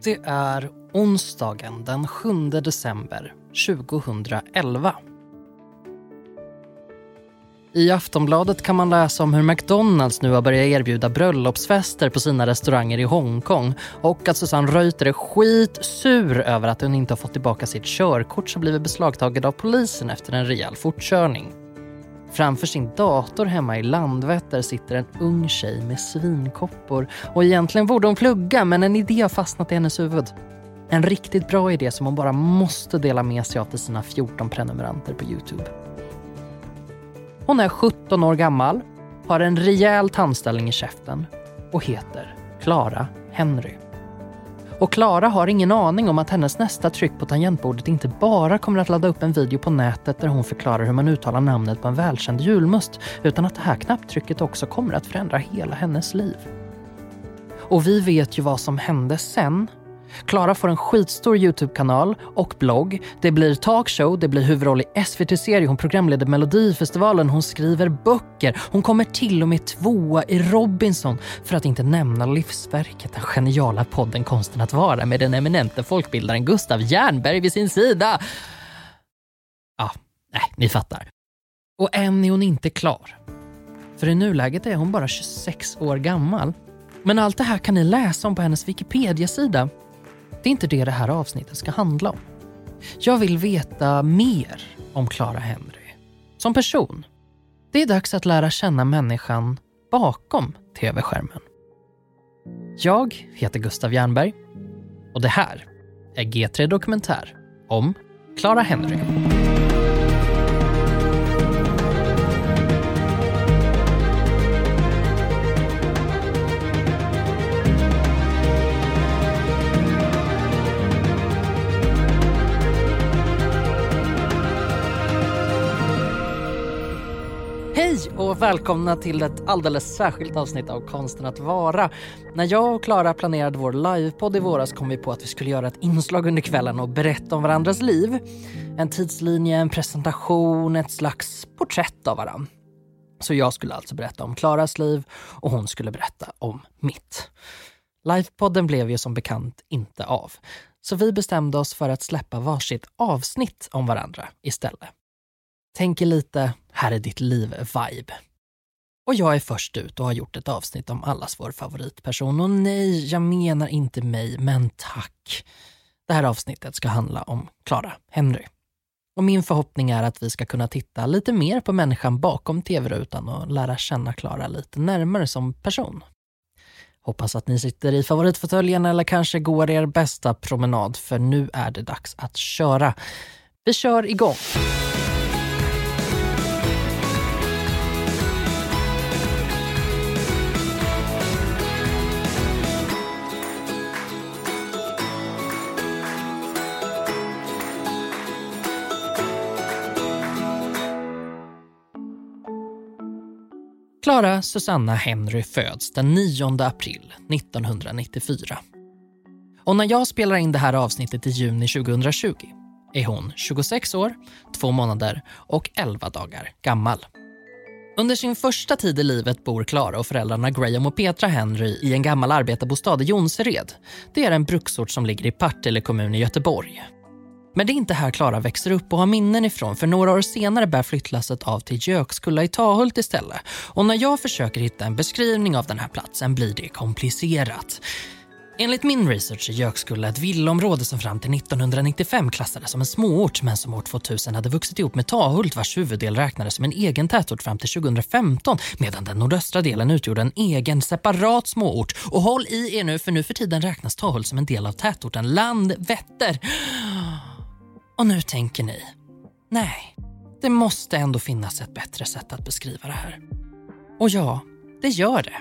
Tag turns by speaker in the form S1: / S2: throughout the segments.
S1: Det är onsdagen den 7 december 2011. I Aftonbladet kan man läsa om hur McDonalds nu har börjat erbjuda bröllopsfester på sina restauranger i Hongkong och att Susanne Reuter är skitsur över att hon inte har fått tillbaka sitt körkort som blivit beslagtaget av polisen efter en rejäl fortkörning. Framför sin dator hemma i Landvetter sitter en ung tjej med svinkoppor och egentligen borde hon plugga, men en idé har fastnat i hennes huvud. En riktigt bra idé som hon bara måste dela med sig av till sina 14 prenumeranter på YouTube. Hon är 17 år gammal, har en rejäl tandställning i käften och heter Clara Henry. Och Clara har ingen aning om att hennes nästa tryck på tangentbordet inte bara kommer att ladda upp en video på nätet där hon förklarar hur man uttalar namnet på en välkänd julmust, utan att det här knapptrycket också kommer att förändra hela hennes liv. Och vi vet ju vad som hände sen. Clara får en skitstor YouTube-kanal och blogg. Det blir talkshow, det blir huvudroll i SVT-serie, hon programleder Melodifestivalen, hon skriver böcker. Hon kommer till och med 2:a i Robinson, för att inte nämna livsverket, den geniala podden Konsten att vara med den eminente folkbildaren Gustav Jernberg vid sin sida. Ni fattar. Och än är hon inte klar. För i nuläget är hon bara 26 år gammal. Men allt det här kan ni läsa om på hennes Wikipedia-sida. Det är inte det här avsnittet ska handla om. Jag vill veta mer om Clara Henry som person. Det är dags att lära känna människan bakom tv-skärmen. Jag heter Gustav Jernberg och det här är G3 Dokumentär om Clara Henry. Hej och välkomna till ett alldeles särskilt avsnitt av Konsten att vara. När jag och Clara planerade vår livepodd i våras kom vi på att vi skulle göra ett inslag under kvällen och berätta om varandras liv. En tidslinje, en presentation, ett slags porträtt av varandra. Så jag skulle alltså berätta om Claras liv och hon skulle berätta om mitt. Livepodden blev ju som bekant inte av. Så vi bestämde oss för att släppa varsitt avsnitt om varandra istället. Tänker lite, här är ditt liv-vibe. Och jag är först ut och har gjort ett avsnitt om allas vår favoritperson. Och nej, jag menar inte mig, men tack. Det här avsnittet ska handla om Clara Henry. Och min förhoppning är att vi ska kunna titta lite mer på människan bakom tv-rutan och lära känna Clara lite närmare som person. Hoppas att ni sitter i favoritfåtöljen eller kanske går er bästa promenad, för nu är det dags att köra. Vi kör igång! Clara Susanna Henry föds den 9 april 1994. Och när jag spelar in det här avsnittet i juni 2020 är hon 26 år, 2 månader och 11 dagar gammal. Under sin första tid i livet bor Clara och föräldrarna Graham och Petra Henry i en gammal arbetarbostad i Jonsered. Det är en bruksort som ligger i Partille kommun i Göteborg. Men det är inte här Clara växer upp och har minnen ifrån, för några år senare bär flyttlasset av till Gökskulla i Tahult istället. Och när jag försöker hitta en beskrivning av den här platsen blir det komplicerat. Enligt min research är Gökskulla ett villaområde som fram till 1995 klassades som en småort, men som år 2000 hade vuxit ihop med Tahult, vars huvuddel räknades som en egen tätort fram till 2015, medan den nordöstra delen utgjorde en egen separat småort. Och håll i er nu, för nu för tiden räknas Tahult som en del av tätorten Landvetter. Och nu tänker ni, nej, det måste ändå finnas ett bättre sätt att beskriva det här. Och ja, det gör det.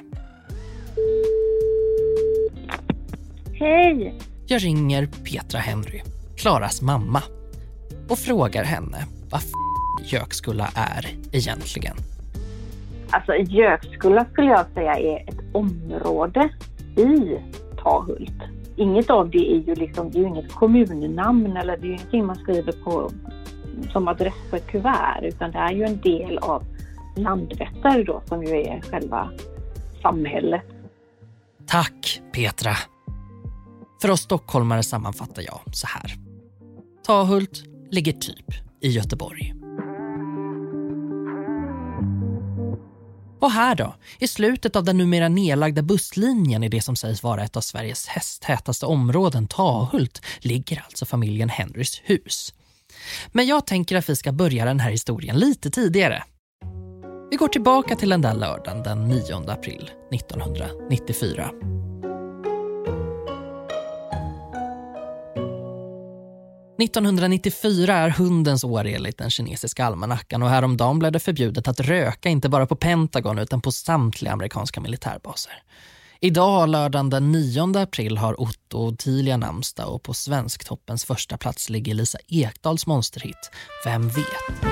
S2: Hej!
S1: Jag ringer Petra Henry, Claras mamma, och frågar henne vad Gökskulla är egentligen.
S2: Alltså Gökskulla skulle jag säga är ett område i Tahult. Inget av det är ju liksom, det är ju inget kommunnamn eller det är ju ingenting man skriver på som adress på ett kuvert, utan det är ju en del av Landvetter då, som ju är själva samhället.
S1: Tack Petra. För oss stockholmare sammanfattar jag så här. Tahult ligger typ i Göteborg. Och här då, i slutet av den numera nedlagda busslinjen i det som sägs vara ett av Sveriges hästtätaste områden, Tahult, ligger alltså familjen Henrys hus. Men jag tänker att vi ska börja den här historien lite tidigare. Vi går tillbaka till den där lördagen den 9 april 1994. –1994 är hundens år enligt den kinesiska almanackan och häromdagen blev det förbjudet att röka inte bara på Pentagon utan på samtliga amerikanska militärbaser. Idag, lördagen den 9 april, har Otto och Tilia namnsdag och på Svensktoppens första plats ligger Lisa Ekdals monsterhit Vem vet?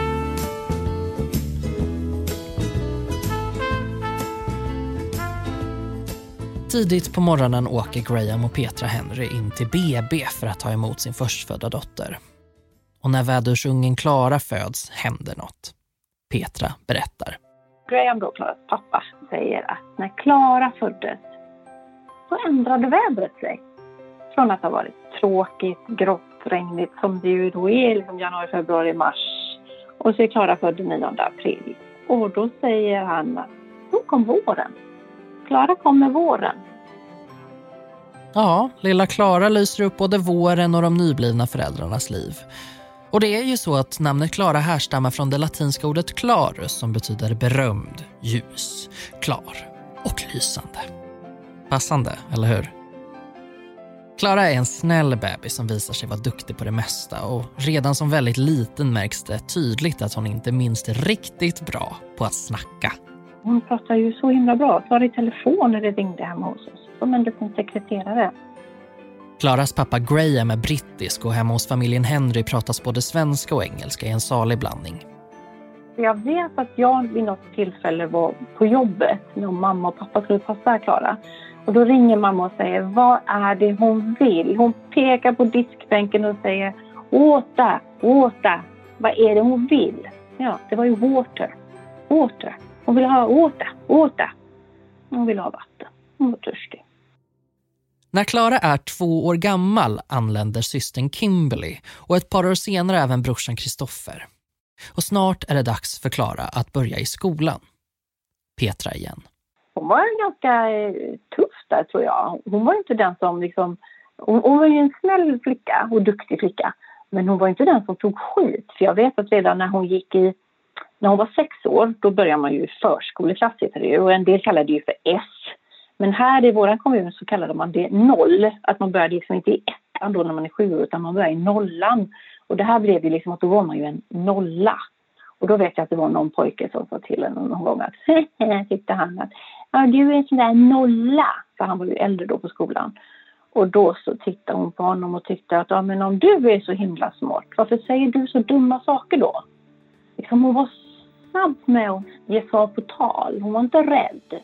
S1: Tidigt på morgonen åker Graham och Petra Henry in till BB för att ta emot sin förstfödda dotter. Och när vädursungen Klara föds händer något. Petra berättar.
S2: Graham då, Klaras pappa, säger att när Klara föddes så ändrade vädret sig. Från att ha varit tråkigt, grått, regnigt som det ju då är liksom januari, februari, mars. Och så är Klara född den 9 april. Och då säger han att då kom våren. Klara kom med våren.
S1: Ja, lilla Klara lyser upp både våren och de nyblivna föräldrarnas liv. Och det är ju så att namnet Klara härstammar från det latinska ordet clarus som betyder berömd, ljus, klar och lysande. Passande, eller hur? Klara är en snäll bebis som visar sig vara duktig på det mesta och redan som väldigt liten märks det tydligt att hon inte minst är riktigt bra på att snacka.
S2: Hon pratar ju så himla bra. Svarade i telefon när det ringde hemma hos oss. Som en liten sekreterare.
S1: Klaras pappa Graham är brittisk och hemma hos familjen Henry pratas både svenska och engelska i en salig blandning.
S2: Jag vet att jag vid något tillfälle var på jobbet när mamma och pappa skulle passa Klara. Och då ringer mamma och säger, vad är det hon vill? Hon pekar på diskbänken och säger, åta, åta. Vad är det hon vill? Ja, det var ju water. Water. Hon vill ha åta. Hon vill ha vatten. Hon var törstig.
S1: När Klara är 2 år gammal anländer systern Kimberly och ett par år senare även brorsan Kristoffer. Och snart är det dags för Klara att börja i skolan. Petra igen.
S2: Hon var ganska tuff där, tror jag. Hon var inte den som liksom... Hon var ju en snäll flicka och duktig flicka. Men hon var inte den som tog skit. För jag vet att redan när hon var 6 år, då började man ju förskoleklass och en del kallade det ju för S. Men här i våran kommun så kallade man det 0. Att man började liksom inte i 1 då när man är 7 år, utan man började i 0. Och det här blev ju liksom att då var man ju en 0. Och då vet jag att det var någon pojke som sa till henne någon gång att tyckte han att ja, du är en sån där 0. För han var ju äldre då på skolan. Och då så tittade hon på honom och tyckte att ja, men om du är så himla smart, varför säger du så dumma saker då? Liksom hon var snabb med att ge svar på tal. Hon var inte rädd.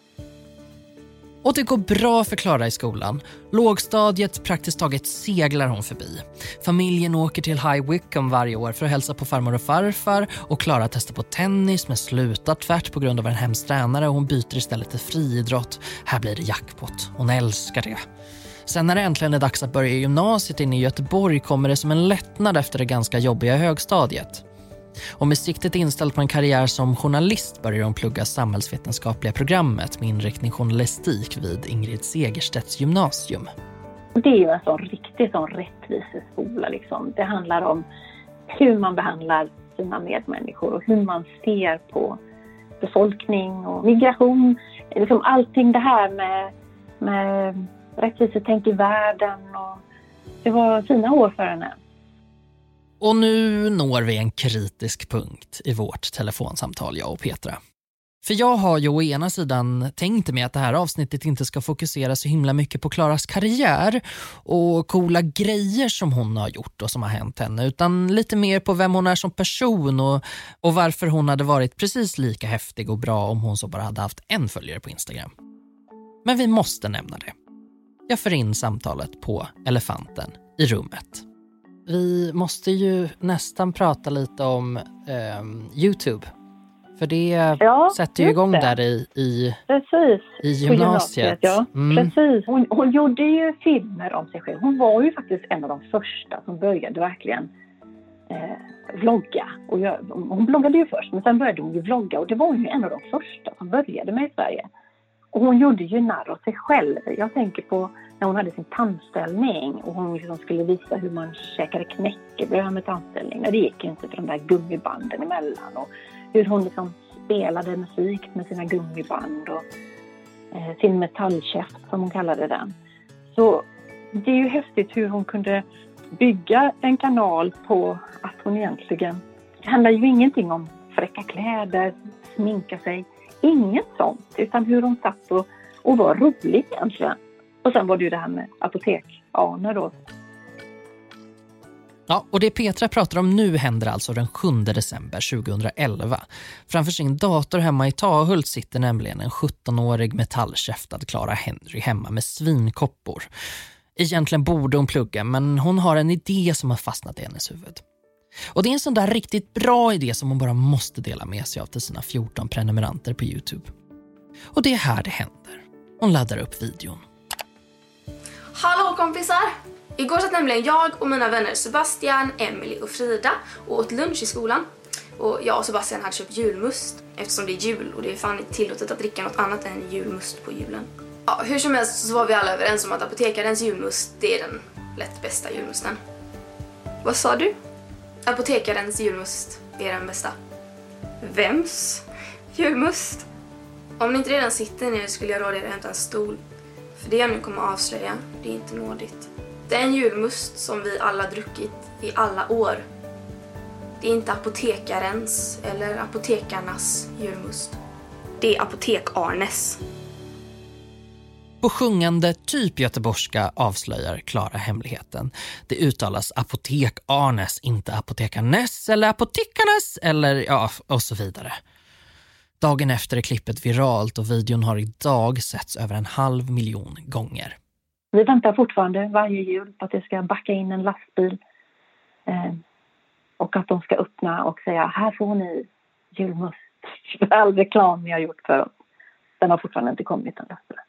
S1: Och det går bra för Klara i skolan. Lågstadiet praktiskt taget seglar hon förbi. Familjen åker till High Wycombe varje år för att hälsa på farmor och farfar. Och Klara testar på tennis men slutar tvärt på grund av en hemsk tränare. Och hon byter istället till friidrott. Här blir det jackpot. Hon älskar det. Sen när det äntligen är dags att börja gymnasiet inne i Göteborg kommer det som en lättnad efter det ganska jobbiga högstadiet. Och med siktet inställt på en karriär som journalist börjar hon plugga samhällsvetenskapliga programmet med inriktning journalistik vid Ingrid Segerstedts gymnasium.
S2: Det är ju en sån riktig rättviseskola liksom. Det handlar om hur man behandlar sina medmänniskor och hur man ser på befolkning och migration. Liksom allting det här med rättvisetänk i världen. Och det var fina år för henne.
S1: Och nu når vi en kritisk punkt i vårt telefonsamtal, jag och Petra. För jag har ju å ena sidan tänkt mig att det här avsnittet inte ska fokusera så himla mycket på Klaras karriär och coola grejer som hon har gjort och som har hänt henne, utan lite mer på vem hon är som person och varför hon hade varit precis lika häftig och bra om hon så bara hade haft en följare på Instagram. Men vi måste nämna det. Jag för in samtalet på elefanten i rummet. Vi måste ju nästan prata lite om YouTube. För det sätter ju igång där i gymnasiet.
S2: Ja, precis. Hon gjorde ju filmer om sig själv. Hon var ju faktiskt en av de första som började verkligen vlogga. Och hon bloggade ju först, men sen började hon ju vlogga. Och det var ju en av de första som började med i Sverige. Och hon gjorde ju narr av sig själv. Jag tänker på när hon hade sin tandställning och hon liksom skulle visa hur man käkade knäckebröd med tandställning. Det gick ju inte för de där gummibanden emellan. Och hur hon liksom spelade musik med sina gummiband och sin metallkäft som hon kallade den. Så det är ju häftigt hur hon kunde bygga en kanal på att hon egentligen... Det handlar ju ingenting om fräcka kläder, sminka sig. Inget sånt, utan hur hon satt och var rolig egentligen. Och sen var det ju det här med apotek-Arne då.
S1: Ja, och det Petra pratar om nu händer alltså den 7 december 2011. Framför sin dator hemma i Tahult sitter nämligen en 17-årig metallkäftad Clara Henry hemma med svinkoppor. Egentligen borde hon plugga, men hon har en idé som har fastnat i hennes huvud. Och det är en sån där riktigt bra idé som hon bara måste dela med sig av till sina 14 prenumeranter på YouTube. Och det är här det händer. Hon laddar upp videon.
S3: Hallå kompisar! Igår satt nämligen jag och mina vänner Sebastian, Emily och Frida och åt lunch i skolan. Och jag och Sebastian hade köpt julmust eftersom det är jul och det är fan inte tillåtet att dricka något annat än julmust på julen. Ja, hur som helst så var vi alla överens om att apotekarens julmust, det är den lätt bästa julmusten. Vad sa du? Apotekarens julmust är den bästa. Vems julmust? Om ni inte redan sitter ner skulle jag råda er att hämta en stol. För det jag nu kommer avslöja, det är inte nådigt. Det är en julmust som vi alla druckit i alla år. Det är inte apotekarens eller apotekarnas julmust. Det är apotek-Arnes.
S1: På sjungande typ göteborgska avslöjar Clara hemligheten. Det uttalas apotek-Arnes, inte apotekarnes eller apotekarnes eller ja, och så vidare. Dagen efter är klippet viralt och videon har idag setts över 500 000 gånger.
S2: Vi väntar fortfarande varje jul på att det ska backa in en lastbil och att de ska öppna och säga här får ni julmust. All reklam ni har gjort för oss. Den har fortfarande inte kommit, den lastbilen.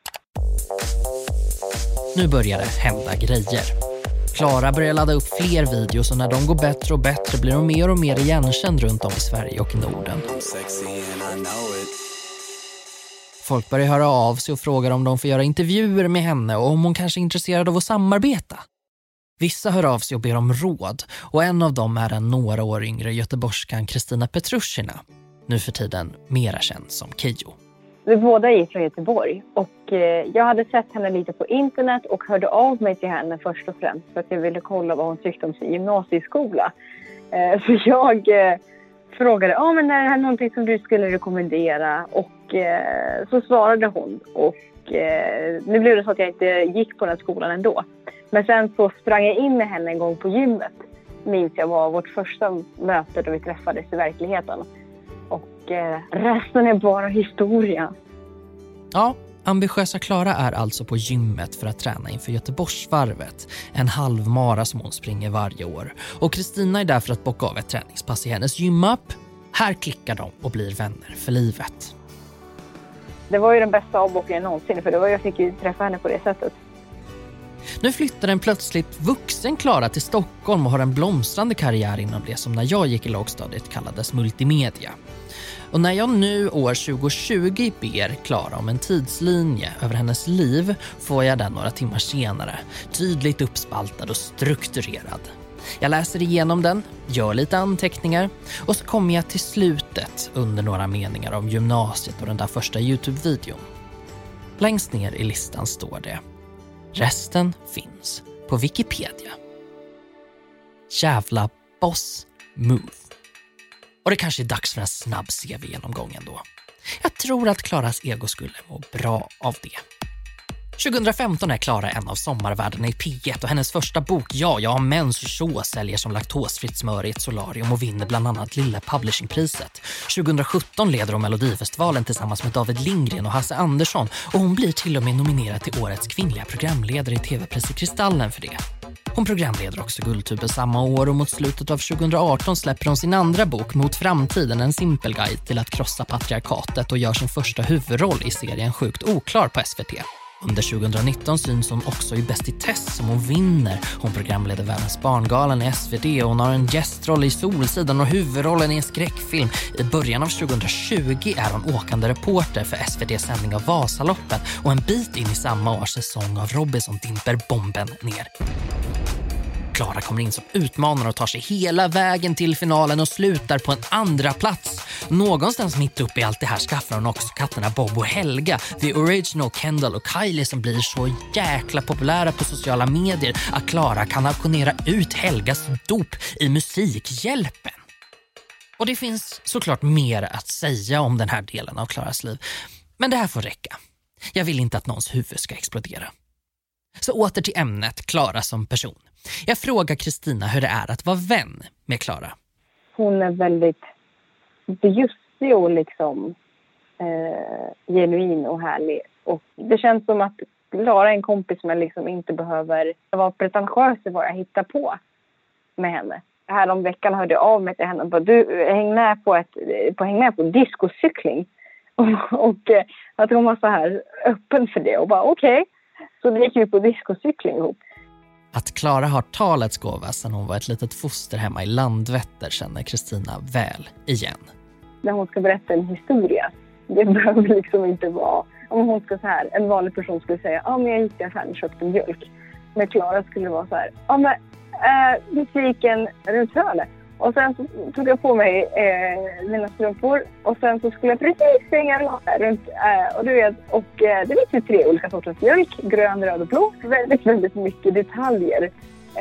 S1: Nu börjar det hända grejer. Clara börjar ladda upp fler videos och när de går bättre och bättre blir hon mer och mer igenkänd runt om i Sverige och i Norden. Folk börjar höra av sig och frågar om de får göra intervjuer med henne och om hon kanske är intresserad av att samarbeta. Vissa hör av sig och ber om råd och en av dem är den några år yngre göteborgskan Kristina Petrushina, nu för tiden mera känd som Keyyo.
S4: Vi båda är från Göteborg och jag hade sett henne lite på internet och hörde av mig till henne först och främst för att jag ville kolla vad hon tyckte om sin gymnasieskola. Så jag frågade, men är det här någonting som du skulle rekommendera? Och så svarade hon och nu blev det så att jag inte gick på den skolan ändå. Men sen så sprang jag in med henne en gång på gymmet. Minns jag var vårt första möte då vi träffades i verkligheten. Och resten är bara historia.
S1: Ja, ambitiösa Clara är alltså på gymmet för att träna inför Göteborgsvarvet. En halvmara som hon springer varje år. Och Kristina är där för att bocka av ett träningspass i hennes gymapp. Här klickar de och blir vänner för livet.
S4: Det var ju den bästa avbockningen någonsin för det var jag fick ju träffa henne på det sättet.
S1: Nu flyttar en plötsligt vuxen Clara till Stockholm och har en blomstrande karriär inom det som när jag gick i lågstadiet kallades multimedia. Och när jag nu år 2020 ber Clara om en tidslinje över hennes liv får jag den några timmar senare, tydligt uppspaltad och strukturerad. Jag läser igenom den, gör lite anteckningar och så kommer jag till slutet under några meningar om gymnasiet och den där första YouTube-videon. Längst ner i listan står det: resten finns på Wikipedia. Jävla boss move. Och det kanske är dags för en snabb CV-genomgång ändå. Jag tror att Claras ego skulle må bra av det. 2015 är Klara en av sommarvärdarna i P1 och hennes första bok Ja, Mens så säljer som laktosfritt smör i ett solarium och vinner bland annat Lilla Publishingpriset. 2017 leder hon Melodifestivalen tillsammans med David Lindgren och Hasse Andersson och hon blir till och med nominerad till årets kvinnliga programledare i TV-priset Kristallen för det. Hon programleder också Guldtuben samma år och mot slutet av 2018 släpper hon sin andra bok Mot framtiden, en simpel guide till att krossa patriarkatet och gör sin första huvudroll i serien Sjukt oklar på SVT. Under 2019 syns hon också i Bäst i test som hon vinner. Hon programleder Världens barngalan i SVT och hon har en gästroll i Solsidan och huvudrollen i en skräckfilm. I början av 2020 är hon åkande reporter för SVTs sändning av Vasaloppen och en bit in i samma års säsong av Robinson dimper bomben ner. Klara kommer in som utmanare och tar sig hela vägen till finalen och slutar på en andra plats. Någonstans mitt uppe i allt det här skaffar hon också katterna Bob och Helga, The Original, Kendall och Kylie som blir så jäkla populära på sociala medier att Klara kan auktionera ut Helgas dop i Musikhjälpen. Och det finns såklart mer att säga om den här delen av Klaras liv. Men det här får räcka. Jag vill inte att någons huvud ska explodera. Så åter till ämnet Klara som person. Jag frågar Kristina hur det är att vara vän med Klara.
S4: Hon är väldigt bjussig och liksom genuin och härlig. Och det känns som att Klara är en kompis som jag liksom inte behöver vara pretentiös i vad jag hittar på med henne. Här om veckan hörde jag av mig till henne och bara, du häng med på discocykling. Och att hon var så här öppen för det och bara okej. Så det gick vi på discocykling ihop.
S1: Att Klara har talets gåva sedan hon var ett litet foster hemma i Landvetter känner Kristina väl igen.
S4: När hon ska berätta en historia, det behöver liksom inte vara... Om hon ska så här, en vanlig person skulle säga, men jag gick till affären och köpte mjölk. Men Klara skulle vara så här, butiken runt hörnet. Och sen så tog jag på mig mina strumpor och sen så skulle jag precis springa runt. Och du vet, det finns 3 olika sorters mjölk, grön, röd och blå. Väldigt, väldigt mycket detaljer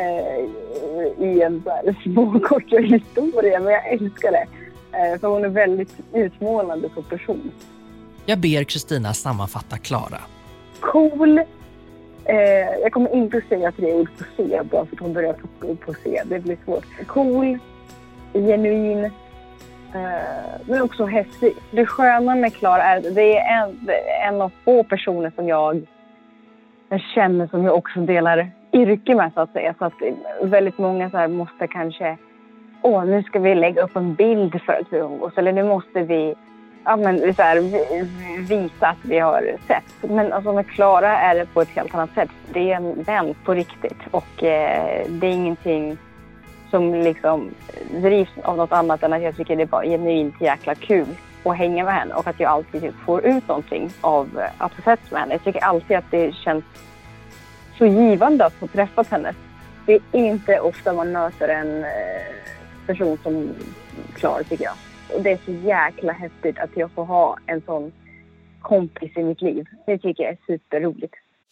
S4: i en så här små korta historia. Men jag älskar det. För hon är väldigt utmålande som person.
S1: Jag ber Kristina sammanfatta Klara.
S4: Cool. Jag kommer inte säga 3 ord på C bara för att hon börjar på C. Det blir svårt. Cool. Genuin, men också häftig. Det sköna med Klara är att det är en av få personer som jag känner som jag också delar yrke med så att säga. Så att väldigt många så här måste kanske, nu ska vi lägga upp en bild för att vi umgås. Eller nu måste vi så här, visa att vi har sett. Men alltså med Klara är det på ett helt annat sätt. Det är en vän på riktigt och det är ingenting som liksom drivs av något annat än att jag tycker det är bara genuint jäkla kul att hänga med henne och att jag alltid typ får ut någonting av att få sett med henne. Jag tycker alltid att det känns så givande att få träffa henne. Det är inte ofta man möter en person som Klara tycker jag. Och det är så jäkla häftigt att jag får ha en sån kompis i mitt liv. Det tycker jag är superroligt.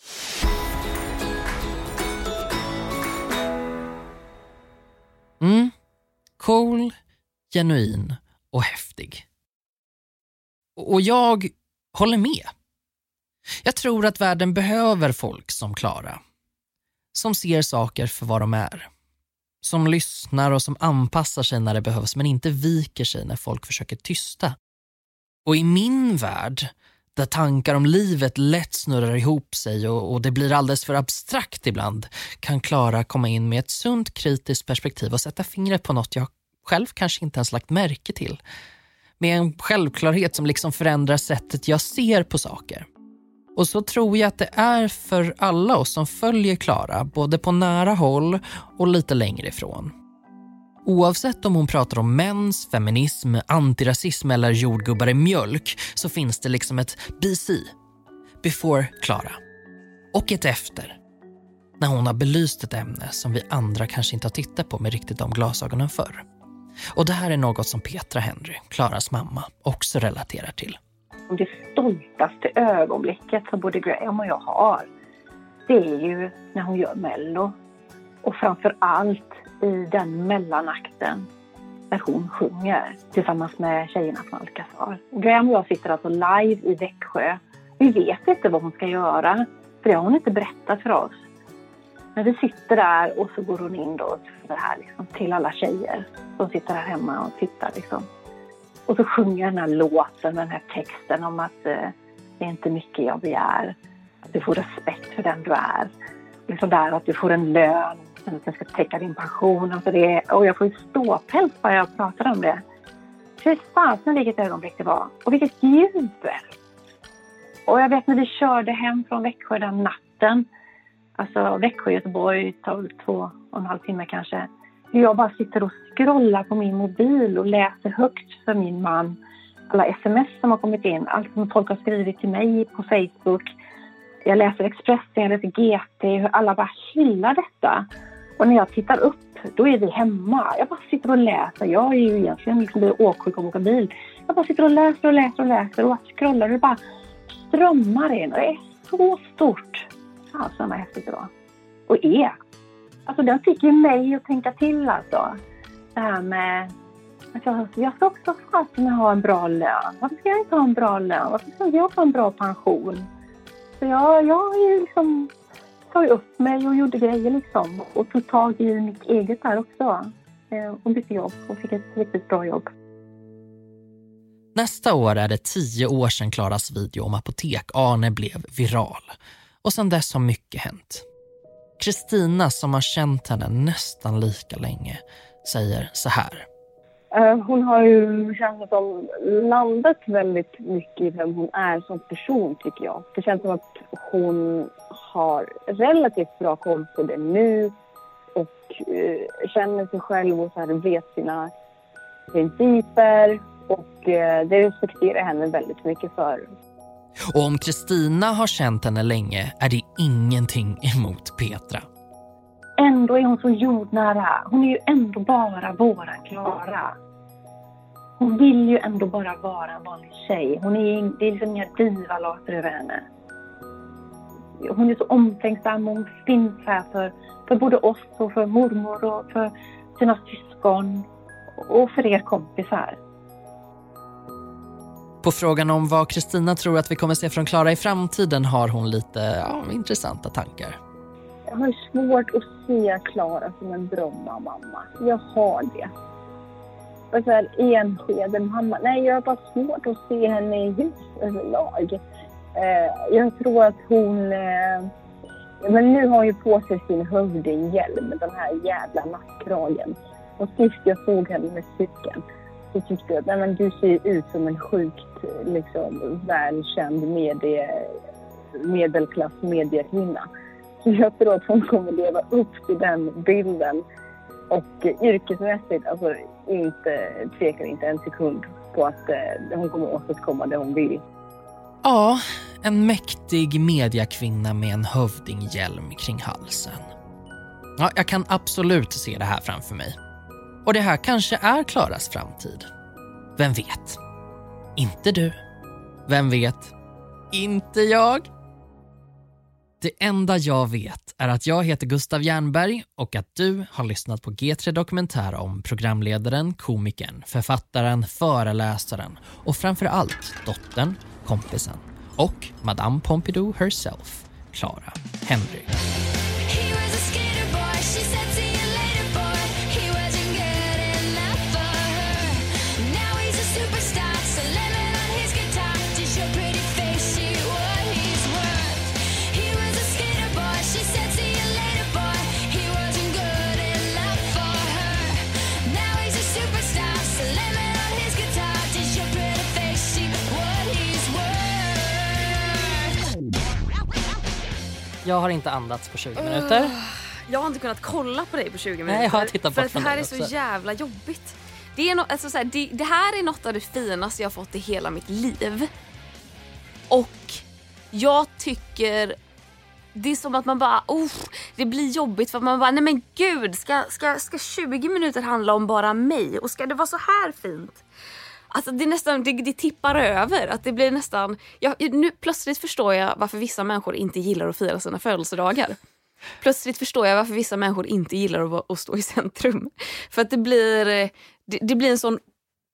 S1: Cool, genuin och häftig. Och jag håller med. Jag tror att världen behöver folk som Klara. Som ser saker för vad de är. Som lyssnar och som anpassar sig när det behövs men inte viker sig när folk försöker tysta. Och i min värld, där tankar om livet lätt snurrar ihop sig och det blir alldeles för abstrakt ibland, kan Klara komma in med ett sunt kritiskt perspektiv och sätta fingret på något jag själv kanske inte ens lagt märke till. Med en självklarhet som liksom förändrar sättet jag ser på saker. Och så tror jag att det är för alla oss som följer Klara, både på nära håll och lite längre ifrån. Oavsett om hon pratar om mens, feminism, antirasism eller jordgubbar i mjölk så finns det liksom ett BC, before Klara, och ett efter. När hon har belyst ett ämne som vi andra kanske inte har tittat på med riktigt de glasögonen förr. Och det här är något som Petra Henry, Klaras mamma, också relaterar till.
S2: Det stoltaste ögonblicket som både Graham och jag har, det är ju när hon gör Mello. Och framför allt i den mellanakten där hon sjunger tillsammans med tjejerna från Alcazar. Graham och jag sitter alltså live i Växjö. Vi vet inte vad hon ska göra. För det har hon inte berättat för oss. Men vi sitter där och så går hon in då för det här liksom, till alla tjejer som sitter här hemma och tittar liksom. Och så sjunger den här låten med den här texten om att det är inte mycket jag begär. Att du får respekt för den du är. Liksom där att du får en lön. Att den ska täcka din pension. Alltså och jag får ju ståpäls bara jag pratar om det. Fy fasen vilket ögonblick det var. Och vilket jubel. Och jag vet när vi körde hem från Växjö den natten. Alltså Växjö, Göteborg tar 2,5 timmar kanske. Jag bara sitter och scrollar på min mobil och läser högt för min man. Alla sms som har kommit in. Allt som folk har skrivit till mig på Facebook. Jag läser Expressen, jag läser GT. Hur alla bara hyllar detta. Och när jag tittar upp, då är vi hemma. Jag bara sitter och läser. Jag är ju egentligen liksom åksjuk och åker bil. Jag bara sitter och läser och scrollar. Det bara strömmar in. Och det är så stort. Alltså vad häftigt det var. Och alltså den fick ju mig att tänka till alltså. Det här med att jag ska också ha en bra lön. Varför ska jag inte ha en bra lön? Varför ska jag ha en bra pension? Så jag liksom tog upp mig och gjorde grejer liksom. Och tog tag i mitt eget där också. Och bytte jobb och fick ett riktigt bra jobb.
S1: Nästa år är det 10 år sedan Klaras video om Apotek-Arne blev viral. Och sedan dess har mycket hänt. Kristina, som har känt henne nästan lika länge, säger så här.
S4: Hon har ju känts som landat väldigt mycket i vem hon är som person tycker jag. Det känns som att hon har relativt bra koll på det nu och känner sig själv och så här, vet sina principer och det respekterar henne väldigt mycket för.
S1: Och om Kristina har känt henne länge är det ingenting emot Petra.
S2: Ändå är hon så jordnära. Hon är ju ändå bara våran Klara. Hon vill ju ändå bara vara en vanlig tjej. Det är liksom inga divalater över henne. Hon är så omtänksam och hon finns här för både oss och för mormor och för sina syskon och för er kompisar.
S1: På frågan om vad Kristina tror att vi kommer se från Klara i framtiden har hon lite intressanta tankar.
S4: Jag har svårt att se Klara som en drömmarmamma. Jag har det. Och så här Enskeden mamma. Nej, jag har bara svårt att se henne i hus överlag. Jag tror att hon... men nu har hon ju på sig sin hövdinghjälm. Den här jävla nackkragen. Och sist jag såg henne med cykeln så tyckte jag att du ser ut som en sjukt liksom, välkänd medelklass mediekvinna. Så jag tror att hon kommer leva upp till den bilden. Och yrkesmässigt alltså tvekar inte en sekund på att hon kommer åstadkomma det hon vill.
S1: Ja, en mäktig mediakvinna med en hövdinghjälm kring halsen. Ja, jag kan absolut se det här framför mig. Och det här kanske är Klaras framtid. Vem vet? Inte du. Vem vet? Inte jag. Det enda jag vet är att jag heter Gustav Jernberg och att du har lyssnat på G3 Dokumentär om programledaren, komikern, författaren, föreläsaren och framförallt dottern, kompisen och Madame Pompidou herself, Clara Henry. Jag har inte andats på 20 minuter.
S5: Jag har inte kunnat kolla på dig på 20 minuter.
S1: Nej, jag har tittat
S5: för
S1: bort
S5: att
S1: från
S5: det här
S1: dig
S5: är så
S1: också.
S5: jävla jobbigt. Det är alltså så här, det här är något av det finaste jag har fått i hela mitt liv. Och jag tycker det är som att man bara det blir jobbigt för att man bara nej men gud, ska 20 minuter handla om bara mig och ska det vara så här fint? Alltså det är nästan det tippar över att det blir nästan nu plötsligt förstår jag varför vissa människor inte gillar att fira sina födelsedagar. Plötsligt förstår jag varför vissa människor inte gillar att stå i centrum. För att det blir en sån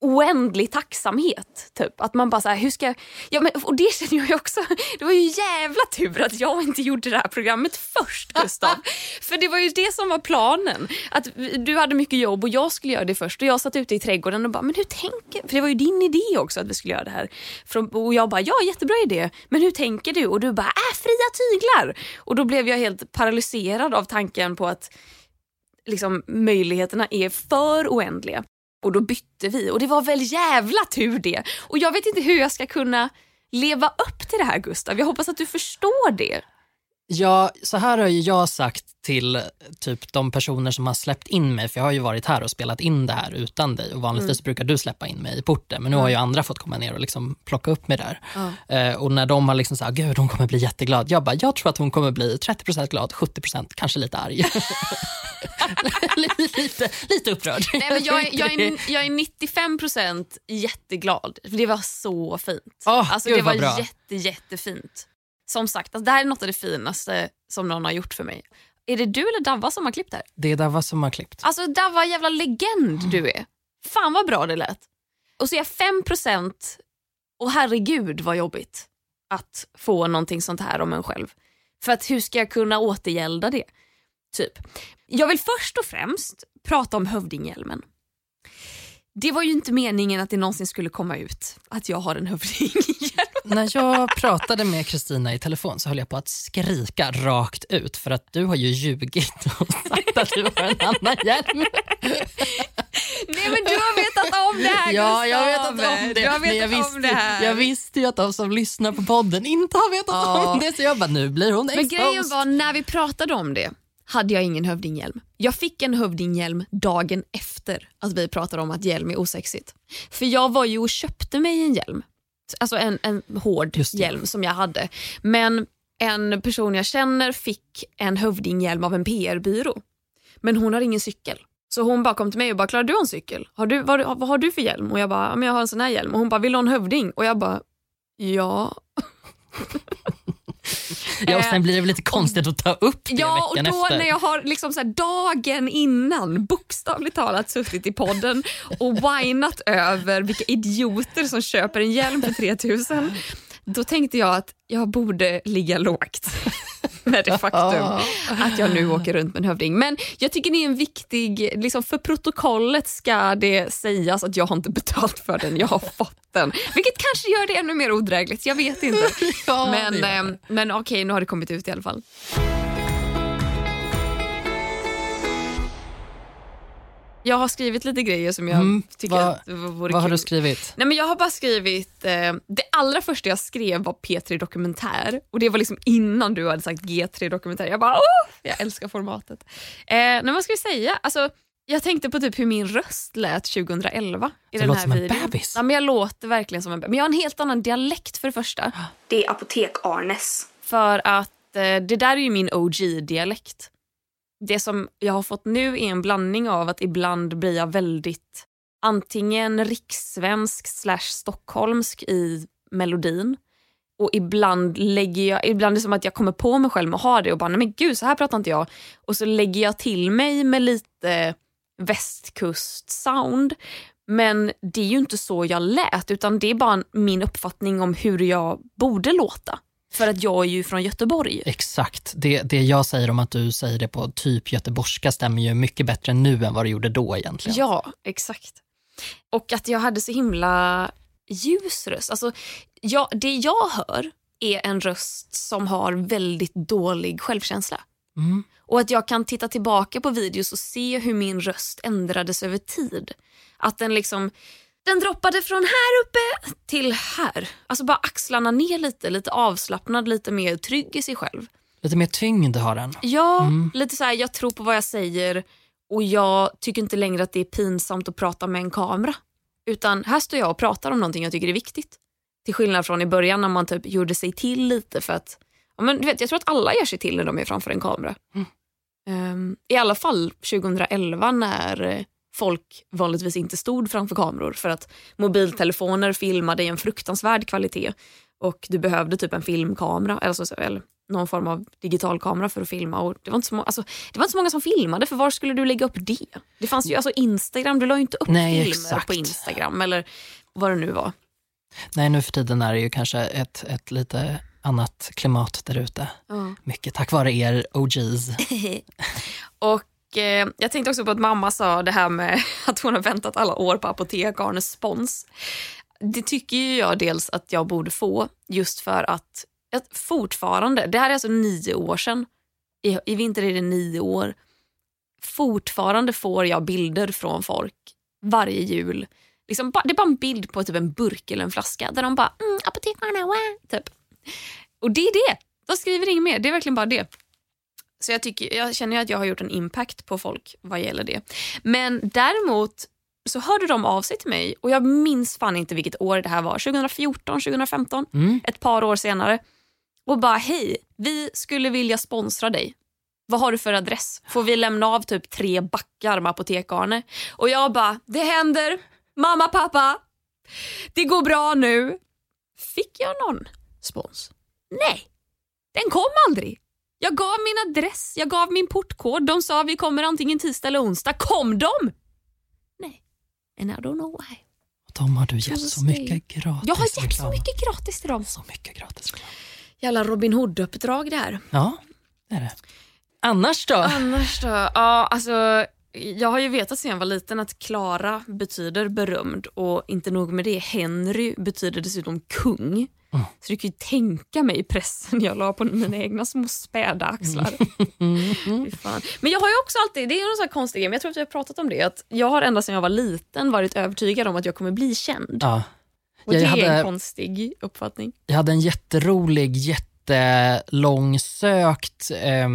S5: oändlig tacksamhet typ. Att man bara så här, hur ska jag... och det känner jag ju också. Det var ju jävla tur att jag inte gjorde det här programmet först, Gustav. För det var ju det som var planen. Att du hade mycket jobb och jag skulle göra det först. Och jag satt ute i trädgården och bara, men hur tänker... För det var ju din idé också att vi skulle göra det här. Och jag bara, ja, jättebra idé. Men hur tänker du? Och du bara, fria tyglar. Och då blev jag helt paralyserad av tanken på att liksom, möjligheterna är för oändliga. Och då bytte vi. Och det var väl jävla tur det. Och jag vet inte hur jag ska kunna leva upp till det här, Gustav. Jag hoppas att du förstår det.
S1: Ja, så här har ju jag sagt till typ de personer som har släppt in mig. För jag har ju varit här och spelat in det här utan dig. Och vanligtvis brukar du släppa in mig i porten. Men nu har ju andra fått komma ner och liksom plocka upp mig där. Och när de har liksom sagt, gud, hon kommer bli jätteglad. Jag bara, jag tror att hon kommer bli 30% glad, 70% kanske lite arg. lite upprörd.
S5: Nej, men jag är 95% jätteglad. För det var så fint. Alltså det var jättefint. Som sagt, alltså, det här är något av det finaste som någon har gjort för mig. Är det du eller Davva som har klippt det här?
S1: Det är Davva som har klippt.
S5: Alltså Davva, jävla legend du är. Fan vad bra det lät. Och så är jag 5%. Och herregud vad jobbigt att få någonting sånt här om en själv. För att hur ska jag kunna återgälda det? Typ. Jag vill först och främst prata om hövdinghjälmen. Det var ju inte meningen att det någonsin skulle komma ut att jag har en hövdinghjälm.
S1: När jag pratade med Kristina i telefon så höll jag på att skrika rakt ut för att du har ju ljugit och sagt att du har en annan hjälm.
S5: Nej, men du har vetat om det här,
S1: Ja,
S5: Gustav.
S1: jag har vetat om det. Men jag visste ju att de som lyssnar på podden inte har vetat om det. Så jag bara, nu blir hon exposed.
S5: Men grejen var, när vi pratade om det hade jag ingen hövdinghjälm. Jag fick en hövdinghjälm dagen efter att vi pratade om att hjälm är osexigt. För jag var ju och köpte mig en hjälm. Alltså en hård hjälm som jag hade. Men en person jag känner fick en hövdinghjälm av en PR-byrå. Men hon har ingen cykel. Så hon bara kom till mig och bara, Klara, du har en cykel. Vad har du för hjälm? Och jag bara, men jag har en sån här hjälm. Och hon bara, vill du ha en hövding? Och jag bara, ja...
S1: Ja, och sen blir det väl lite konstigt att ta upp det veckan efter.
S5: Ja, och då när jag har liksom så här dagen innan bokstavligt talat suttit i podden och whinat över vilka idioter som köper en hjälm för 3000, då tänkte jag att jag borde ligga lågt med det faktum att jag nu åker runt med en hövding. Men jag tycker det är en viktig, liksom för protokollet ska det sägas att jag har inte betalt för den, jag har fått den. Vilket kanske gör det ännu mer odrägligt, jag vet inte. Men okej, nu har det kommit ut i alla fall. Jag har skrivit lite grejer som jag tycker att vore kul.
S1: Vad har du skrivit?
S5: Nej, men jag har bara skrivit det allra första jag skrev var P3 Dokumentär. Och det var liksom innan du hade sagt G3 Dokumentär. Jag bara, jag älskar formatet. Nej, vad ska vi säga? Alltså, jag tänkte på typ hur min röst lät 2011 i den här videon.
S1: En bebis.
S5: Ja, men jag låter verkligen som en bebis. Men jag har en helt annan dialekt för det första.
S3: Det är Apotek-Arnes.
S5: För att det där är ju min OG-dialekt. Det som jag har fått nu är en blandning av att ibland blir jag väldigt antingen rikssvensk / stockholmsk i melodin. Och ibland är det som att jag kommer på mig själv med att ha det och bara, nej men gud, så här pratar inte jag. Och så lägger jag till mig med lite västkust-sound. Men det är ju inte så jag lät, utan det är bara min uppfattning om hur jag borde låta. För att jag är ju från Göteborg.
S1: Exakt. Det jag säger om att du säger det på typ göteborgska stämmer ju mycket bättre nu än vad du gjorde då egentligen.
S5: Ja, exakt. Och att jag hade så himla ljus röst. Alltså, det jag hör är en röst som har väldigt dålig självkänsla.
S1: Mm.
S5: Och att jag kan titta tillbaka på videos och se hur min röst ändrades över tid. Att den droppade från här uppe till här. Alltså bara axlarna ner lite avslappnad, lite mer trygg i sig själv.
S1: Lite mer tyngd har den.
S5: Ja, lite så här, jag tror på vad jag säger och jag tycker inte längre att det är pinsamt att prata med en kamera. Utan här står jag och pratar om någonting jag tycker är viktigt. Till skillnad från i början när man typ gjorde sig till lite för att, ja, men du vet, jag tror att alla gör sig till när de är framför en kamera. I alla fall 2011 när folk vanligtvis inte stod framför kameror för att mobiltelefoner filmade i en fruktansvärd kvalitet och du behövde typ en filmkamera eller någon form av digital kamera för att filma. Och det var inte så många som filmade, för var skulle du lägga upp det? Det fanns ju Instagram, du la ju inte upp filmer på Instagram eller vad det nu var.
S1: Nej, nu för tiden är det ju kanske ett lite annat klimat där ute. Mycket tack vare er OGs.
S5: Och jag tänkte också på att mamma sa det här med att hon har väntat alla år på Apotek Arnes spons. Det tycker ju jag dels att jag borde få, just för att fortfarande, det här är alltså 9 år sedan, i vinter är det 9 år, fortfarande får jag bilder från folk varje jul. Liksom, det är bara en bild på typ en burk eller en flaska där de bara, Apotek Arne, typ. Och det är det, de skriver inget mer, det är verkligen bara det. Så jag känner att jag har gjort en impact på folk vad gäller det. Men däremot så hörde de av sig till mig, och jag minns fan inte vilket år det här var, 2014, 2015, ett par år senare, och bara, hej, vi skulle vilja sponsra dig. Vad har du för adress? Får vi lämna av typ 3 backar med Apotek Arne? Och jag bara, det händer, mamma, pappa, det går bra nu. Fick jag någon spons? Nej, den kom aldrig. Jag gav min adress, jag gav min portkod. De sa vi kommer antingen tisdag eller onsdag. Kom de? Nej, and I don't know why.
S1: De har du gett så mycket gratis.
S5: Jag har gett så mycket gratis till dem.
S1: Så mycket gratis.
S5: Jävla Robin Hood-uppdrag det här.
S1: Ja, det är det. Annars då?
S5: Ja, alltså jag har ju vetat sedan jag var liten att Klara betyder berömd, och inte nog med det, Henry betyder dessutom kung. Så du kan ju tänka mig pressen jag la på mina egna små späda axlar. Men jag har ju också alltid, det är ju någon sån här konstig grej, men jag tror att jag har pratat om det, att jag har ända sedan jag var liten varit övertygad om att jag kommer bli känd.
S1: Ja.
S5: Och det är en konstig uppfattning.
S1: Jag hade en jätterolig, jättelångsökt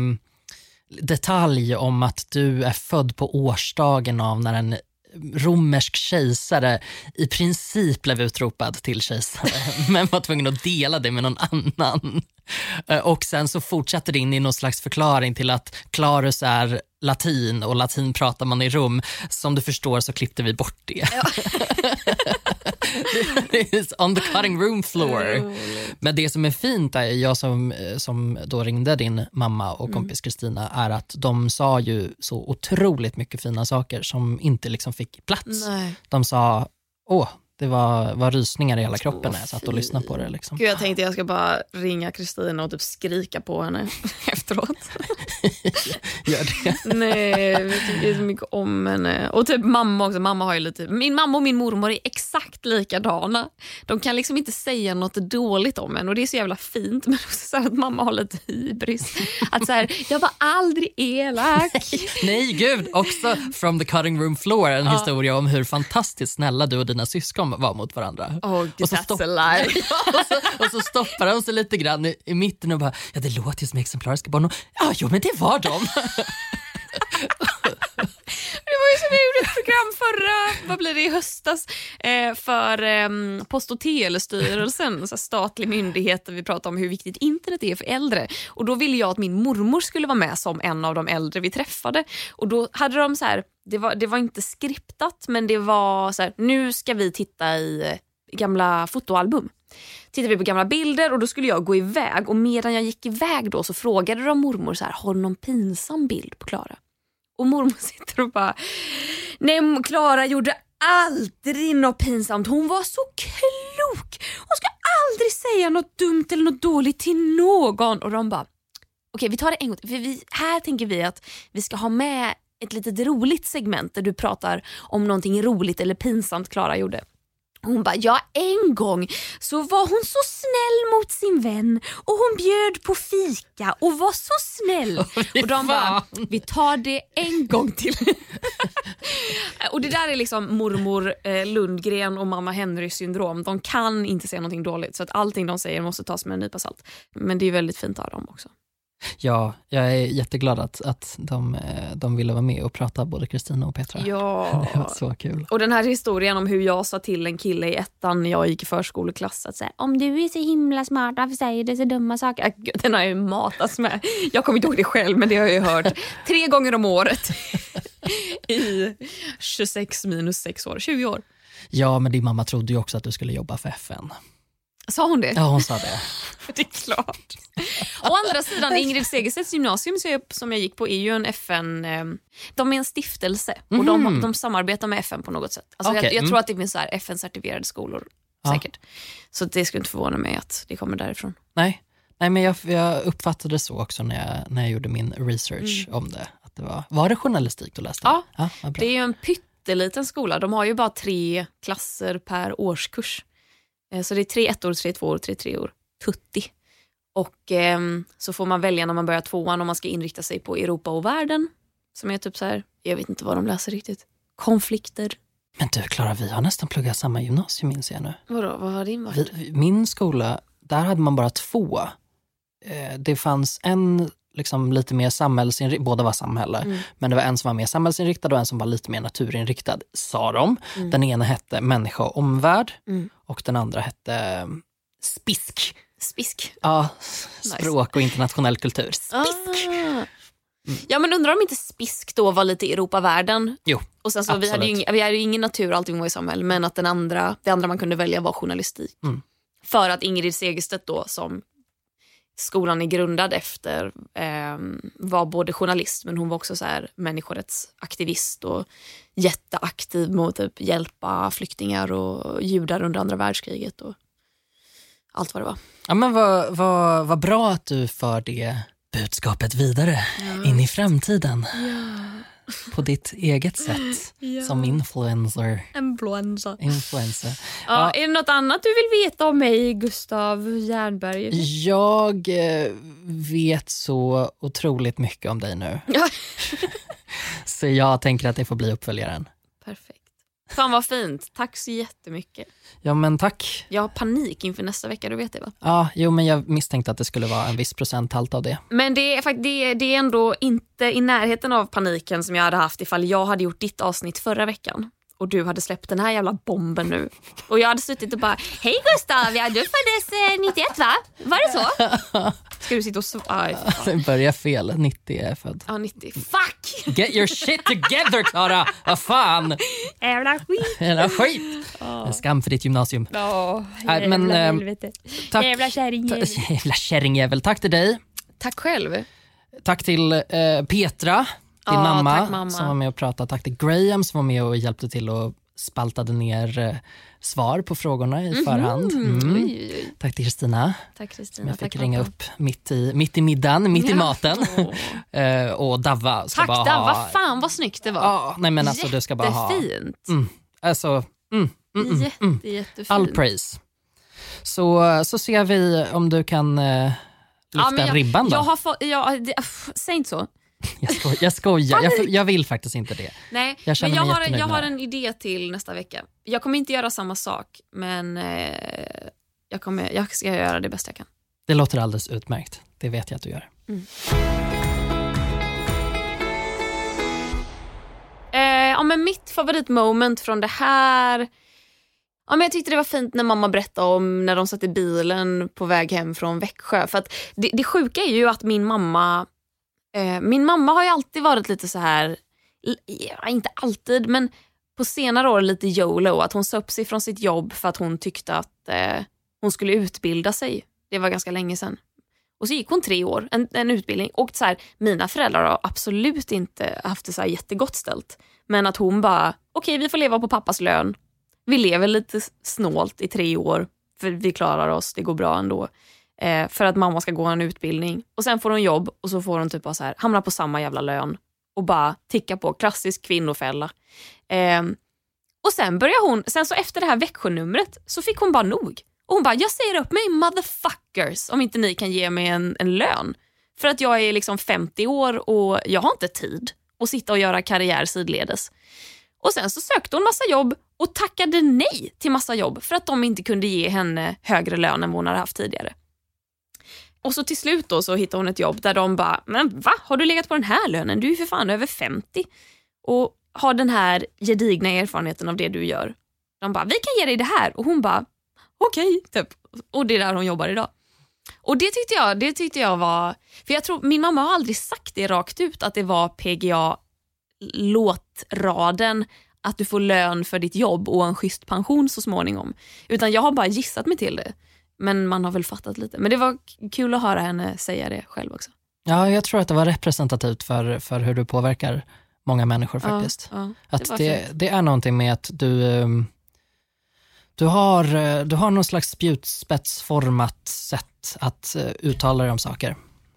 S1: detalj om att du är född på årsdagen av när en romersk kejsare i princip blev utropad till kejsare men var tvungen att dela det med någon annan. Och sen så fortsätter det in i någon slags förklaring till att Clarus är latin, och latin pratar man i Rom. Som du förstår så klippte vi bort det. Ja. It's on the cutting room floor. Men det som är fint är, jag som då ringde din mamma och kompis Kristina, är att de sa ju så otroligt mycket fina saker som inte liksom fick plats. Nej. De sa, det var rysningar i hela kroppen när jag satt och lyssnade på det. Liksom.
S5: Gud, jag tänkte jag ska bara ringa Kristina och typ skrika på henne efteråt.
S1: Gör det.
S5: Nej, jag tycker så mycket om henne. Och typ mamma också. Mamma har ju lite, min mamma och min mormor är exakt likadana. De kan liksom inte säga något dåligt om henne, och det är så jävla fint. Men också så här att mamma har lite hybris. Att så här, jag var aldrig elak.
S1: Nej, gud. Också from the cutting room floor, en historia om hur fantastiskt snälla du och dina syskon var mot varandra.
S5: Och så
S1: och så stoppar de sig lite grann i mitten och bara, ja, det låter ju som exemplariska barn. Och, men det var de.
S5: Det var ju som jag gjorde ett program i höstas för Post- och telestyrelsen, så statlig myndighet, där vi pratade om hur viktigt internet är för äldre. Och då ville jag att min mormor skulle vara med som en av de äldre vi träffade. Och då hade de så här, det var inte skriptat, men det var så här, nu ska vi titta i gamla fotoalbum. Tittade vi på gamla bilder, och då skulle jag gå iväg, och medan jag gick iväg då så frågade de mormor så här, har du någon pinsam bild på Klara? Och mormor sitter och bara, nej, Klara gjorde aldrig något pinsamt. Hon var så klok. Hon ska aldrig säga något dumt eller något dåligt till någon. Och de bara, okej, vi tar det en gång. För här tänker vi att vi ska ha med ett litet roligt segment där du pratar om någonting roligt eller pinsamt Klara gjorde. Hon bara, ja, en gång så var hon så snäll mot sin vän, och hon bjöd på fika och var så snäll. Och de bara, vi tar det en gång till. Och det där är liksom mormor Lundgren och mamma Henry syndrom. De kan inte säga någonting dåligt, så att allting de säger måste tas med en nypa salt. Men det är väldigt fint av dem också.
S1: Ja, jag är jätteglad att de ville vara med och prata, både Kristina och Petra.
S5: Ja.
S1: Det var så kul.
S5: Och den här historien om hur jag sa till en kille i ettan när jag gick i förskoleklass att säga, om du är så himla smart, varför säger du så dumma saker? Den har jag ju matats med. Jag kommer inte ihåg det själv, men det har jag ju hört 3 gånger om året i 26 minus 6 år, 20 år.
S1: Ja, men din mamma trodde ju också att du skulle jobba för FN.
S5: Sa hon det?
S1: Ja, hon sa det.
S5: Det är klart. Å andra sidan, Ingrid Segerstedts gymnasium som jag gick på är ju en FN... De är en stiftelse och de samarbetar med FN på något sätt. Alltså jag tror att det finns så här FN-certifierade skolor säkert. Så det skulle inte förvåna mig att det kommer därifrån.
S1: Nej men jag uppfattade det så också när jag gjorde min research om det. Att det var det journalistik du läste?
S5: Ja,
S1: vad bra.
S5: det är ju en pytteliten skola. De har ju bara 3 klasser per årskurs. Så det är 3 1-år, 3 2-år, 3 3-år. Tutti. Och så får man välja när man börjar 2:an om man ska inrikta sig på Europa och världen. Som är typ så här, jag vet inte vad de läser riktigt. Konflikter.
S1: Men du Klara, vi har nästan pluggat samma gymnasium, minns jag nu.
S5: Vadå, vad har din varit?
S1: Min skola, där hade man bara 2. Det fanns en liksom lite mer samhällsinriktad, båda var samhälle, men det var en som var mer samhällsinriktad och en som var lite mer naturinriktad, sa de. Den ena hette människa och omvärld och den andra hette Spisk. Ja, språk och internationell kultur. Spisk.
S5: Ja, men undrar om inte Spisk då var lite Europavärlden.
S1: Jo,
S5: och sen så vi hade ju ingen natur, allting var i samhälle, men att det andra man kunde välja var journalistik. För att Ingrid Segerstedt då, som skolan är grundad efter, var både journalist, men hon var också så här människorättsaktivist och jätteaktiv mot typ hjälpa flyktingar och judar under andra världskriget och allt vad det var.
S1: Ja, men vad bra att du för det budskapet vidare in i framtiden. På ditt eget sätt som influencer. Influencer.
S5: Ja, är det något annat du vill veta om mig, Gustav Jernberg?
S1: Jag vet så otroligt mycket om dig nu. Så jag tänker att det får bli uppföljaren.
S5: Perfekt. Fan vad fint. Tack så jättemycket.
S1: Ja, men tack.
S5: Jag har panik inför nästa vecka, du vet det va?
S1: Ja, jo, men jag misstänkte att det skulle vara en viss procenthalt av det.
S5: Men det är ändå inte i närheten av paniken som jag hade haft ifall jag hade gjort ditt avsnitt förra veckan. Och du hade släppt den här jävla bomben nu. Och jag hade suttit och bara, hej Gustav, du föddes 91 va? Var det så? Ska du sitta och
S1: Det börjar fel, 90 är född.
S5: Ja, 90. Fuck!
S1: Get your shit together, Klara! Vad fan? Jävla skit! En skam för ditt gymnasium. Tack.
S5: Jävla kärringjävel.
S1: Jävla kärringjävel. Tack till dig.
S5: Tack själv.
S1: Tack till Petra, din mamma,
S5: tack, mamma,
S1: som var med och pratade. Tack till Graham som var med och hjälpte till och spaltade ner svar på frågorna i förhand.
S5: Oj.
S1: Tack till Kristina.
S5: Tack Kristina.
S1: Som jag fick
S5: tack,
S1: ringa
S5: pappa.
S1: upp mitt i middagen, mitt i maten. Och Davva ska
S5: tack
S1: bara
S5: Davva,
S1: ha...
S5: fan vad snyggt det var.
S1: Ja, nej men alltså du ska bara ha...
S5: Jättefint. Jättefint.
S1: All praise. Så ser vi om du kan lyfta ribban då.
S5: Säg inte så.
S1: Jag skojar. Jag vill faktiskt inte det.
S5: Nej,
S1: jag
S5: har en idé till nästa vecka. Jag kommer inte göra samma sak, men jag ska göra det bästa jag kan.
S1: Det låter alldeles utmärkt. Det vet jag att du gör.
S5: Men mitt favoritmoment från det här... Ja, men jag tyckte det var fint när mamma berättade om när de satt i bilen på väg hem från Växjö. För att det sjuka är ju att min mamma har ju alltid varit lite så här, inte alltid, men på senare år lite YOLO. Att hon sa upp sig från sitt jobb för att hon tyckte att hon skulle utbilda sig. Det var ganska länge sedan. Och så gick hon 3 år, en utbildning. Och så här, mina föräldrar har absolut inte haft det så här jättegott ställt. Men att hon bara, okej, vi får leva på pappas lön. Vi lever lite snålt i 3 år. För vi klarar oss, det går bra ändå. För att mamma ska gå en utbildning. Och sen får hon jobb och så får hon typ så här, hamna på samma jävla lön. Och bara ticka på, klassisk kvinnofälla. Och sen börjar hon, sen så efter det här Växjönumret så fick hon bara nog. Och hon bara, jag säger upp mig motherfuckers om inte ni kan ge mig en lön. För att jag är liksom 50 år och jag har inte tid att sitta och göra karriär sidledes. Och sen så sökte hon massa jobb och tackade nej till massa jobb för att de inte kunde ge henne högre lön än vad hon hade haft tidigare. Och så till slut då så hittade hon ett jobb där de bara, men va? Har du legat på den här lönen? Du är för fan över 50 och har den här gedigna erfarenheten av det du gör. De bara, vi kan ge dig det här. Och hon bara, okej, typ. Och det är där hon jobbar idag. Och det tyckte jag var, för jag tror min mamma har aldrig sagt det rakt ut att det var PGA låtraden att du får lön för ditt jobb och en schysst pension så småningom. Utan jag har bara gissat mig till det. Men man har väl fattat lite. Men det var kul att höra henne säga det själv också.
S1: Ja, jag tror att det var representativt för hur du påverkar många människor faktiskt.
S5: Ja,
S1: att det är någonting med att du har någon slags spjutspetsformat sätt att uttala dig om saker.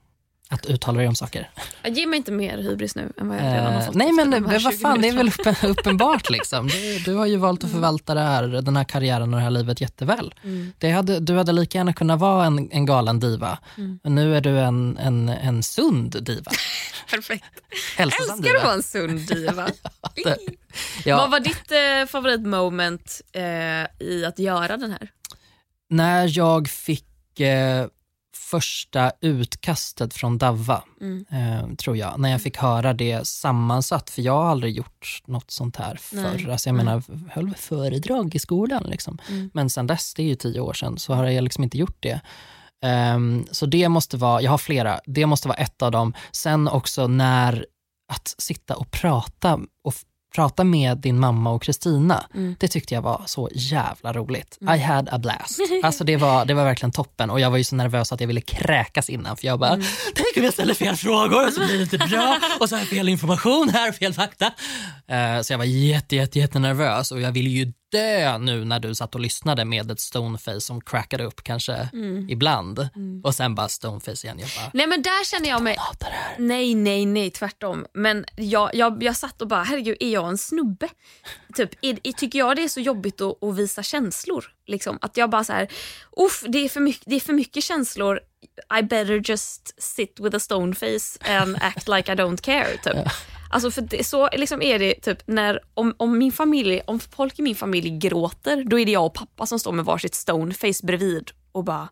S5: Ge mig inte mer hybris nu än vad jag redan har fått.
S1: Nej, men vad fan, det är väl uppenbart liksom. Du har ju valt att förvalta den här karriären och det här livet jätteväl. Du hade lika gärna kunnat vara en galen diva. Men nu är du en sund diva.
S5: Perfekt.
S1: Hälsosam
S5: älskar att vara en sund diva.
S1: Ja.
S5: Vad var ditt favoritmoment i att göra den här?
S1: När jag fick första utkastet från Davva, tror jag. När jag fick höra det sammansatt, för jag har aldrig gjort något sånt här förr. Alltså jag menar, höll föredrag i skolan liksom. Men sen dess, det är ju 10 år sedan, så har jag liksom inte gjort det. Så det måste vara, jag har flera, det måste vara ett av dem. Sen också när att sitta och prata med din mamma och Kristina, det tyckte jag var så jävla roligt. I had a blast. Alltså det var verkligen toppen, och jag var ju så nervös att jag ville kräkas innan, för jag bara, tänk om jag ställer fel frågor och så blir det inte bra och så har jag fel information här och fel fakta. Så jag var jättenervös, och jag ville ju dö nu när du satt och lyssnade med ett stoneface som crackade upp kanske ibland, och sen bara stoneface igen. Jag bara,
S5: nej, men där känner jag mig, nej, tvärtom. Men jag satt och bara, herregud, är jag en snubbe? Typ, tycker jag det är så jobbigt att visa känslor liksom, att jag bara så här, det är för mycket känslor, I better just sit with a stone face and act like I don't care typ. Alltså för det, så liksom är det typ när om folk i min familj gråter, då är det jag och pappa som står med varsitt stoneface bredvid och bara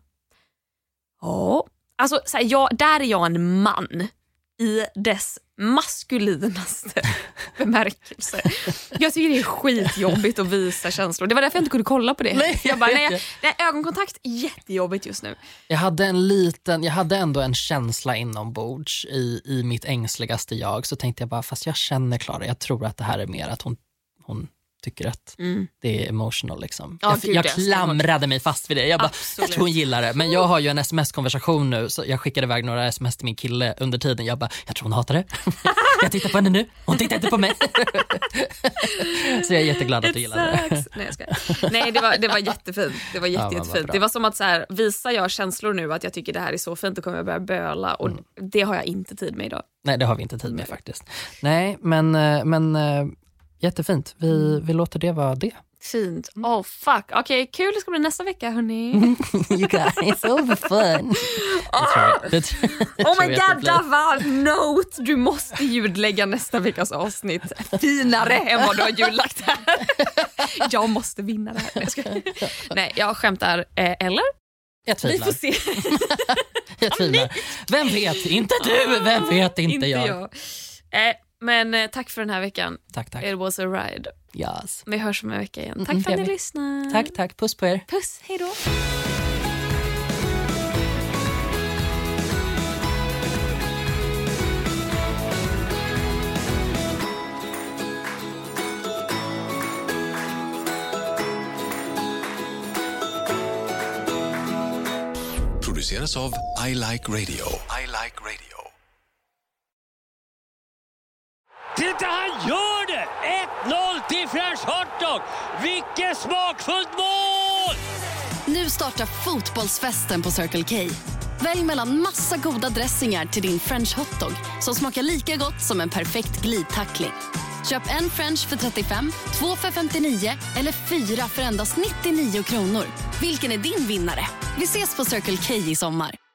S5: alltså så här, där är jag en man i dess maskulinaste bemärkelse. Jag tycker det är skitjobbigt att visa känslor. Det var därför jag inte kunde kolla på det.
S1: Nej,
S5: jag bara, nej, ögonkontakt är jättejobbigt just nu.
S1: Jag hade ändå en känsla inombords i mitt ängsligaste jag, så tänkte jag bara, fast jag känner Klara, jag tror att det här är mer att hon tycker att det är emotional liksom. Jag klamrade mig fast vid det. Jag tror hon gillar det. Men jag har ju en sms-konversation nu, så jag skickade iväg några sms till min kille under tiden. Jag tror hon hatar det. Jag tittar på henne nu. Hon tittar inte på mig. Så jag är jätteglad att du gillar det.
S5: Nej, jag skojar. Nej, det var jättefint. Det var jättefint. Det var som att så här, visar jag känslor nu att jag tycker det här är så fint, då kommer jag börja böla, och det har jag inte tid med idag. Nej, det har vi inte tid med faktiskt. Nej, men jättefint. Vi låter det vara det. Fint. Fuck. Okej, kul. Det ska bli nästa vecka, hörni.
S1: You guys, over fun.
S5: Oh my god, Davva, note. Du måste ljudlägga nästa veckas avsnitt finare än vad du har ljudlagt här. Jag måste vinna det här. Nej, jag skämtar. Eller?
S1: Jag tvivlar.
S5: Vi får se.
S1: Jag tvivlar. Vem vet? Inte du. Vem vet? Inte jag.
S5: Men tack för den här veckan.
S1: Tack.
S5: It was a ride.
S1: Yes.
S5: Vi hörs om en vecka igen. Tack för att ni lyssnar.
S1: Tack. Puss på er.
S5: Puss, hej då.
S6: Produceras av I Like Radio. I Like Radio.
S7: Titta, han gör det! 1-0 till French Hotdog! Vilket smakfullt mål!
S8: Nu startar fotbollsfesten på Circle K. Välj mellan massa goda dressingar till din French Hotdog som smakar lika gott som en perfekt glidtackling. Köp en French för 35, 2 för 59 eller 4 för endast 99 kronor. Vilken är din vinnare? Vi ses på Circle K i sommar.